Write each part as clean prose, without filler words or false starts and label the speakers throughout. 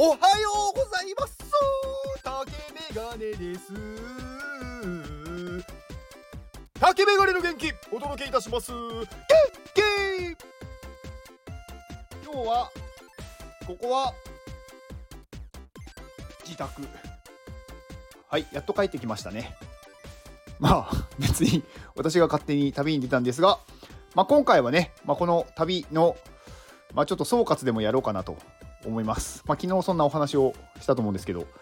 Speaker 1: おはようございます。竹メガネです。竹メガネの元気お届けいたします。ゲッゲー。今日はここは自宅。はい、やっと帰ってきましたね。まあ別に私が勝手に旅に出たんですが、今回はね、この旅のちょっと総括でもやろうかなと思います。昨日そんなお話をしたと思うんですけど、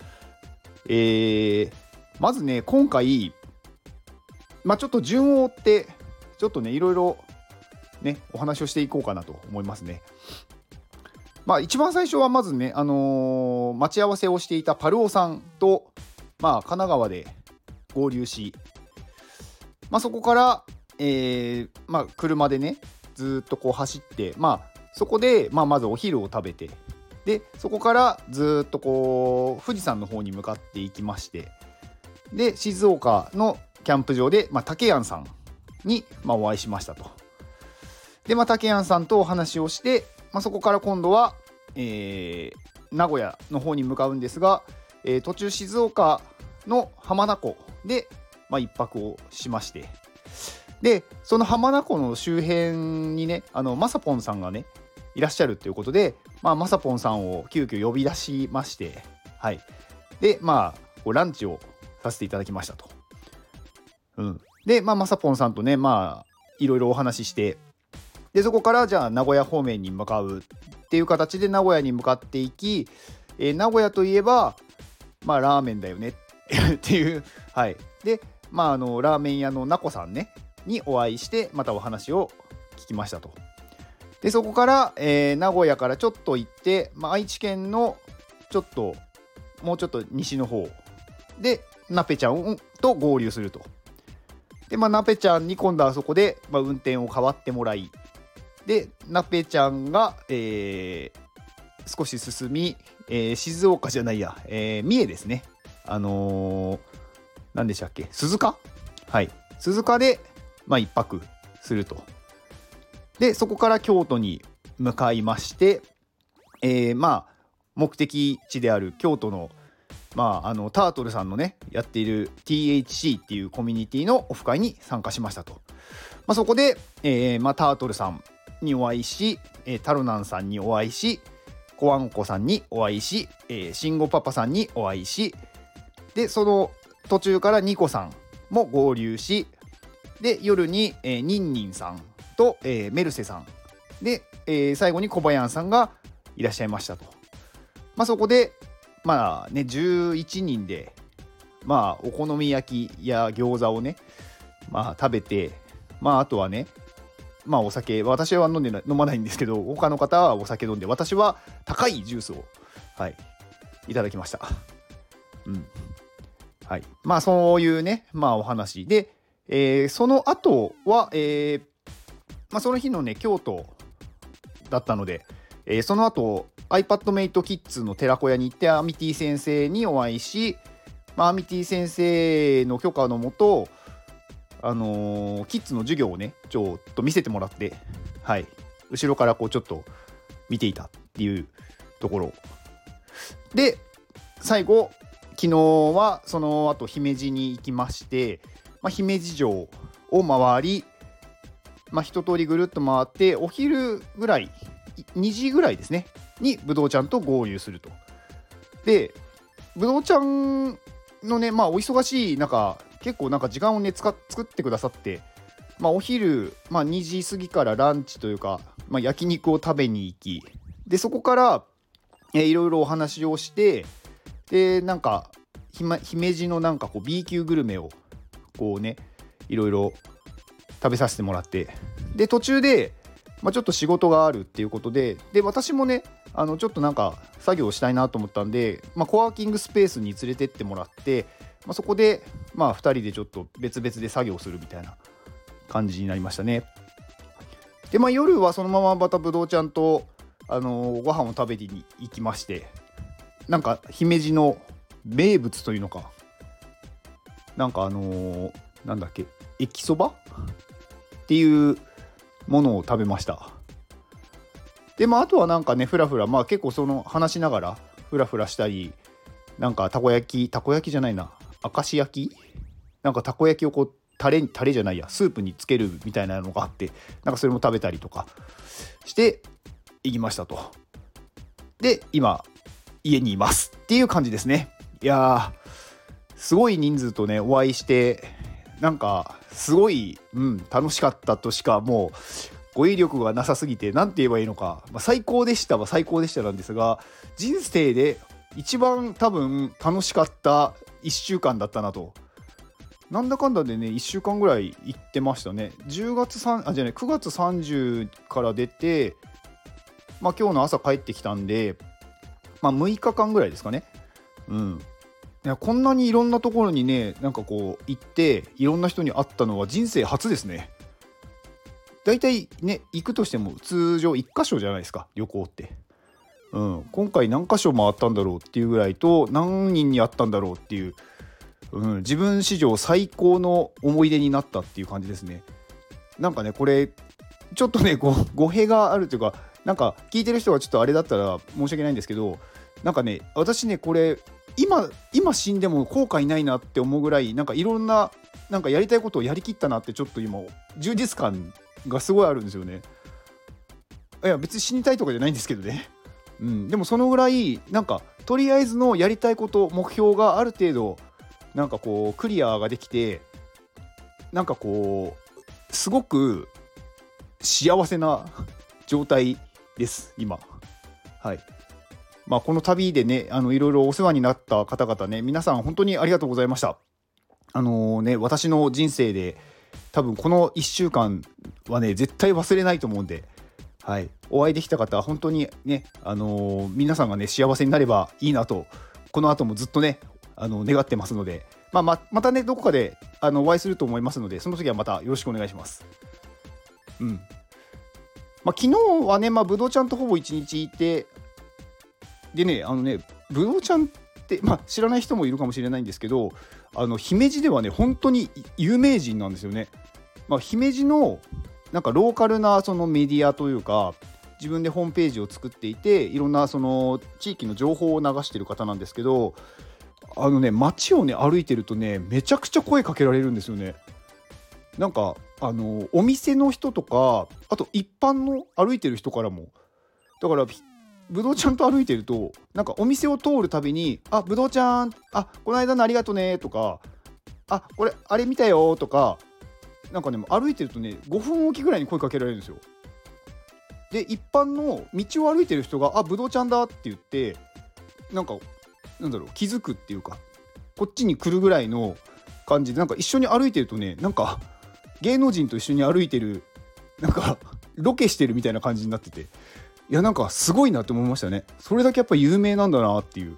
Speaker 1: まずね、今回、ちょっと順を追ってちょっとねいろいろねお話をしていこうかなと思いますね。一番最初はまずね、待ち合わせをしていたパルオさんと、神奈川で合流し、そこから、車でねずっとこう走って、そこで、まずお昼を食べて、でそこからずっとこう富士山の方に向かっていきまして、で静岡のキャンプ場で、竹やんさんに、お会いしましたと。で、竹やんさんとお話をして、そこから今度は、名古屋の方に向かうんですが、途中静岡の浜名湖で、一泊をしまして、でその浜名湖の周辺にね、まさぽんさんがねいらっしゃるということで、まさぽんさんを急遽呼び出しまして、はい、でランチをさせていただきましたと。でまさぽんさんとねいろいろお話しして、でそこからじゃあ名古屋方面に向かうっていう形で名古屋に向かっていき、名古屋といえばラーメンだよねっていう、はい、でラーメン屋のなこさんねにお会いして、またお話を聞きましたと。でそこから、名古屋からちょっと行って、愛知県のちょっともうちょっと西の方でなぺちゃんと合流すると。でなぺちゃんに今度はそこで、運転を代わってもらい、でなぺちゃんが、少し進み、静岡じゃないや、三重ですね。何でしたっけ、鈴鹿、はい、鈴鹿で一泊すると。でそこから京都に向かいまして、目的地である京都の、タートルさんのねやっている THC っていうコミュニティのオフ会に参加しましたと。そこで、タートルさんにお会いし、タロナンさんにお会いし、コワンコさんにお会いし、シンゴパパさんにお会いし、でその途中からニコさんも合流し、で夜に、ニンニンさんと、メルセさんで、最後に小林さんがいらっしゃいましたと。そこで11人でお好み焼きや餃子をね食べて、あとはねお酒、私は飲まないんですけど、他の方はお酒飲んで、私は高いジュースを、いただきました。はい、そういうねお話で、その後は、その日のね京都だったので、その後 iPadMate Kids の寺子屋に行ってアミティ先生にお会いし、アミティ先生の許可のもと、キッズの授業をねちょっと見せてもらって、後ろからこうちょっと見ていたっていうところで、最後昨日はその後姫路に行きまして、姫路城を回り、一通りぐるっと回って、お昼ぐらい2時ぐらいですねにぶどうちゃんと合流すると。でぶどうちゃんのねお忙しい中、結構時間をね作ってくださって、お昼、2時過ぎからランチというか、焼肉を食べに行き、でそこから、いろいろお話をして、で姫路のこう B 級グルメをこうねいろいろ食べさせてもらって、で途中で、ちょっと仕事があるっていうことで、私もねちょっと作業したいなと思ったんで、コワーキングスペースに連れてってもらって、そこで2人でちょっと別々で作業するみたいな感じになりましたね。で夜はそのまままたぶどうちゃんとご飯を食べに行きまして、姫路の名物というのかなんだっけ、駅そばっていうものを食べました。 であとはなんかねふらふら結構その話しながらふらふらしたり、なんかたこ焼きじゃないな、明石焼き、なんかたこ焼きをこうタレじゃないやスープにつけるみたいなのがあって、なんかそれも食べたりとかして行きましたと。で今家にいますっていう感じですね。いやすごい人数とねお会いして、なんかすごい、楽しかったとしかもう語彙力がなさすぎて何て言えばいいのか、最高でしたは最高でしたなんですが、人生で一番多分楽しかった1週間だったなと。なんだかんだでね1週間ぐらい行ってましたね。9月30から出て、今日の朝帰ってきたんで、6日間ぐらいですかね。いやこんなにいろんなところにねなんかこう行っていろんな人に会ったのは人生初ですね。だいたいね行くとしても通常1箇所じゃないですか、旅行って。今回何箇所回ったんだろうっていうぐらいと、何人に会ったんだろうっていう、自分史上最高の思い出になったっていう感じですね。なんかねこれちょっとね語弊があるというか、なんか聞いてる人がちょっとあれだったら申し訳ないんですけど、なんかね私ねこれ今死んでも後悔ないなって思うぐらい、なんかいろんななんかやりたいことをやりきったなって、ちょっと今充実感がすごいあるんですよね。いや別に死にたいとかじゃないんですけどね。でもそのぐらいなんかとりあえずのやりたいこと目標がある程度なんかこうクリアができて、なんかこうすごく幸せな状態です今。はい。この旅でねいろいろお世話になった方々ね、皆さん本当にありがとうございました。私の人生で多分この1週間はね絶対忘れないと思うんで、はい、お会いできた方本当にね、皆さんがね幸せになればいいなと、この後もずっとね願ってますので、またねどこかでお会いすると思いますので、その時はまたよろしくお願いします。昨日はねぶどうちゃんとほぼ1日いて、でねぶどうちゃんって知らない人もいるかもしれないんですけど、姫路ではね本当に有名人なんですよね。姫路のなんかローカルなそのメディアというか、自分でホームページを作っていて、いろんなその地域の情報を流してる方なんですけど、街をね歩いてるとねめちゃくちゃ声かけられるんですよね。なんかお店の人とか、あと一般の歩いてる人からも。だからぶどうちゃんと歩いてると、なんかお店を通るたびにぶどうちゃんこの間のありがとねとか、これあれ見たよとか、なんかね歩いてるとね5分おきぐらいに声かけられるんですよ。で一般の道を歩いてる人がぶどうちゃんだって言って、なんだろう気づくっていうか、こっちに来るぐらいの感じで、なんか一緒に歩いてるとね、なんか芸能人と一緒に歩いてる、なんかロケしてるみたいな感じになってて、いやなんかすごいなって思いましたね。それだけやっぱ有名なんだなっていう。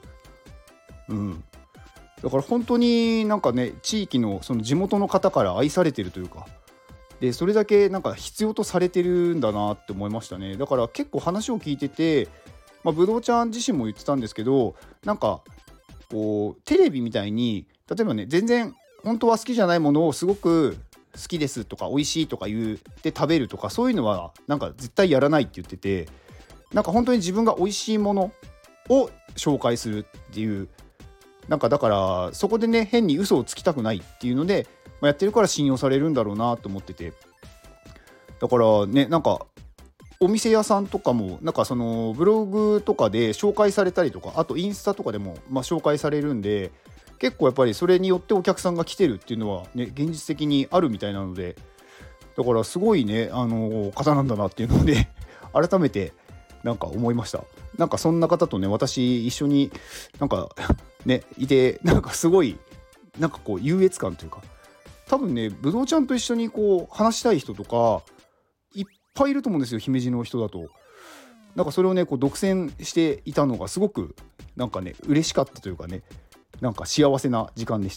Speaker 1: だから本当になんかね地域のその地元の方から愛されてるというか、でそれだけなんか必要とされてるんだなって思いましたね。だから結構話を聞いてて、ぶどうちゃん自身も言ってたんですけど、なんかこうテレビみたいに例えばね全然本当は好きじゃないものをすごく好きですとか美味しいとか言って食べるとか、そういうのはなんか絶対やらないって言ってて、なんか本当に自分が美味しいものを紹介するっていう、なんかだからそこでね変に嘘をつきたくないっていうので、やってるから信用されるんだろうなと思ってて、だからねなんかお店屋さんとかもなんかそのブログとかで紹介されたりとか、あとインスタとかでも紹介されるんで、結構やっぱりそれによってお客さんが来てるっていうのはね現実的にあるみたいなので、だからすごいね方なんだなっていうので改めてなんか思いました。なんかそんな方とね私一緒になんかねいて、なんかすごいなんかこう優越感というか、多分ねぶどうちゃんと一緒にこう話したい人とかいっぱいいると思うんですよ、姫路の人だと。なんかそれをねこう独占していたのがすごくなんかね嬉しかったというかね、なんか幸せな時間でした。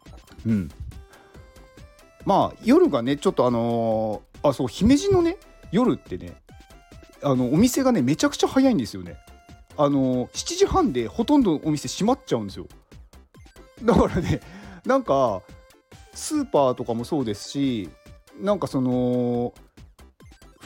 Speaker 1: 夜がねちょっとそう姫路のね夜ってねお店がねめちゃくちゃ早いんですよね。7時半でほとんどお店閉まっちゃうんですよ。だからねなんかスーパーとかもそうですし、なんかそのフ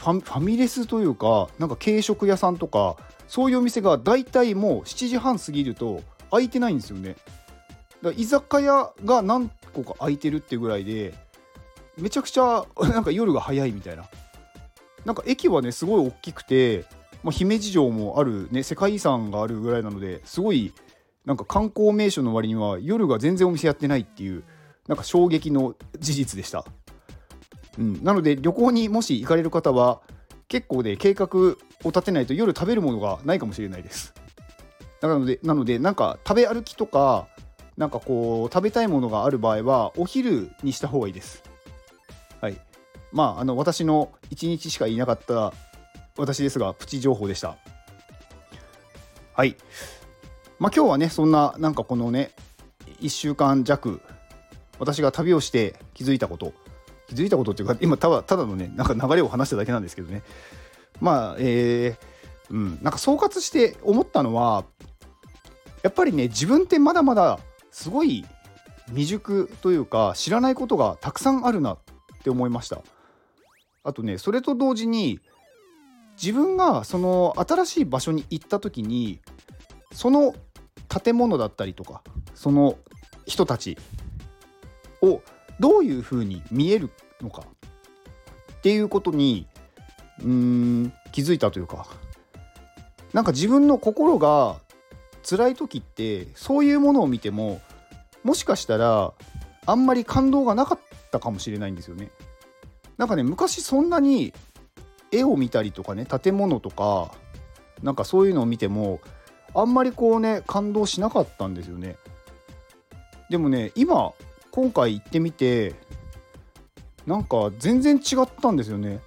Speaker 1: ファミレスというか、なんか軽食屋さんとかそういうお店がだいたいもう7時半過ぎると開いてないんですよね。だから居酒屋が何個か開いてるっていうぐらいで、めちゃくちゃなんか夜が早いみたいな。なんか駅はねすごい大きくて、姫路城もあるね、世界遺産があるぐらいなので、すごいなんか観光名所の割には夜が全然お店やってないっていう、なんか衝撃の事実でした。なので旅行にもし行かれる方は結構ね計画を立てないと夜食べるものがないかもしれないです。なのでなんか食べ歩きとか、なんかこう食べたいものがある場合はお昼にした方がいいです。はい。私の1日しかいなかった私ですが、プチ情報でした。はい。今日はねそんななんかこのね1週間弱私が旅をして気づいたことっていうか、今ただのねなんか流れを話しただけなんですけどね。なんか総括して思ったのは、やっぱりね自分ってまだまだすごい未熟というか知らないことがたくさんあるなって思いました。あとねそれと同時に、自分がその新しい場所に行った時にその建物だったりとかその人たちをどういう風に見えるのかっていうことに気づいたというか、なんか自分の心が辛い時ってそういうものを見てももしかしたらあんまり感動がなかったかもしれないんですよね。なんかね昔そんなに絵を見たりとかね、建物とかなんかそういうのを見てもあんまりこうね感動しなかったんですよね。でもね今回行ってみてなんか全然違ったんですよね。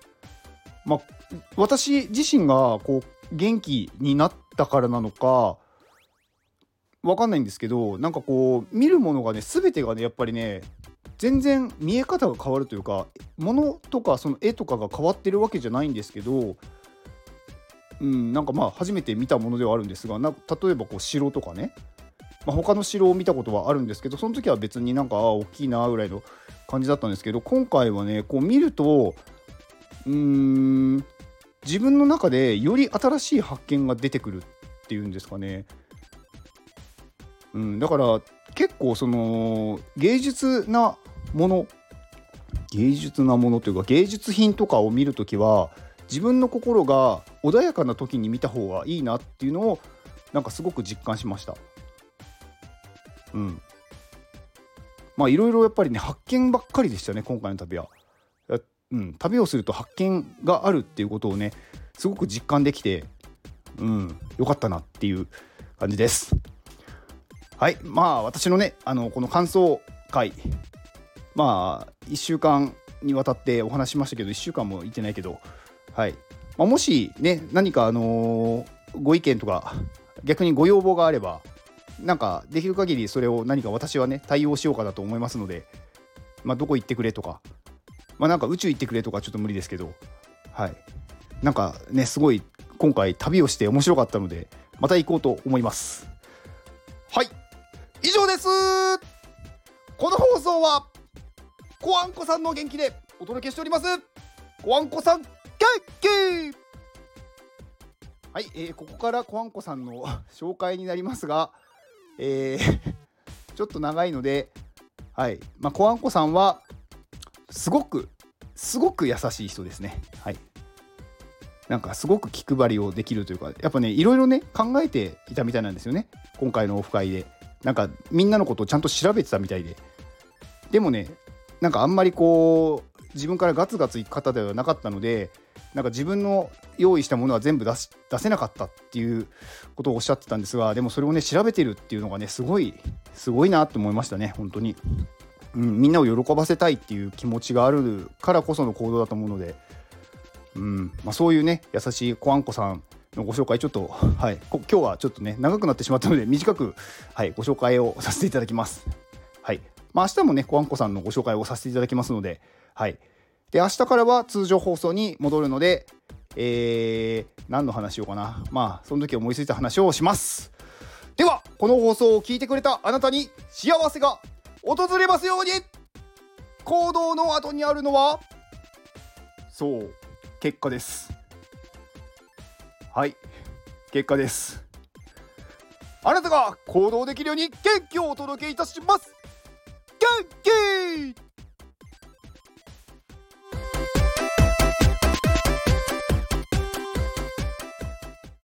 Speaker 1: 私自身がこう元気になったからなのかわかんないんですけど、なんかこう見るものがね全てがねやっぱりね全然見え方が変わるというか、物とかその絵とかが変わってるわけじゃないんですけど、なんか初めて見たものではあるんですが、例えばこう城とかね、他の城を見たことはあるんですけど、その時は別になんか大きいなぐらいの感じだったんですけど、今回はねこう見ると自分の中でより新しい発見が出てくるっていうんですかね。だから結構その芸術なものというか芸術品とかを見るときは自分の心が穏やかな時に見た方がいいなっていうのをなんかすごく実感しました。いろいろやっぱりね発見ばっかりでしたね今回の旅は。旅をすると発見があるっていうことをねすごく実感できてよかったなっていう感じです。はい。私のねこの感想会1週間にわたってお話しましたけど、1週間も行ってないけど、はい。もしね何かご意見とか逆にご要望があれば、なんかできる限りそれを何か私はね対応しようかなと思いますので、どこ行ってくれとか、なんか宇宙行ってくれとかちょっと無理ですけど、はい。なんかねすごい今回旅をして面白かったのでまた行こうと思います。はい。以上です。この放送はコアンコさんの元気でお届けしております。コアンコさん元気。はい、ここからコアンコさんの紹介になりますが、ちょっと長いので、はい。コアンコさんはすごく優しい人ですね。はい。なんかすごく気配りをできるというか、やっぱねいろいろね考えていたみたいなんですよね。今回のオフ会でなんかみんなのことをちゃんと調べてたみたいで、でもねなんかあんまりこう自分からガツガツいく方ではなかったので、なんか自分の用意したものは全部出せなかったっていうことをおっしゃってたんですが、でもそれをね調べてるっていうのがねすごいなと思いましたね本当に。みんなを喜ばせたいっていう気持ちがあるからこその行動だと思うので、そういうね優しいコアンコさんのご紹介ちょっと、はい、今日はちょっとね長くなってしまったので短く、はい、ご紹介をさせていただきます。はい。明日もねコアンコさんのご紹介をさせていただきますので、はい。で明日からは通常放送に戻るので、何の話しようかな。その時思いついた話をします。ではこの放送を聞いてくれたあなたに幸せが訪れますように。行動の後にあるのはそう結果です。はい、結果です。あなたが行動できるように元気をお届けいたします。元気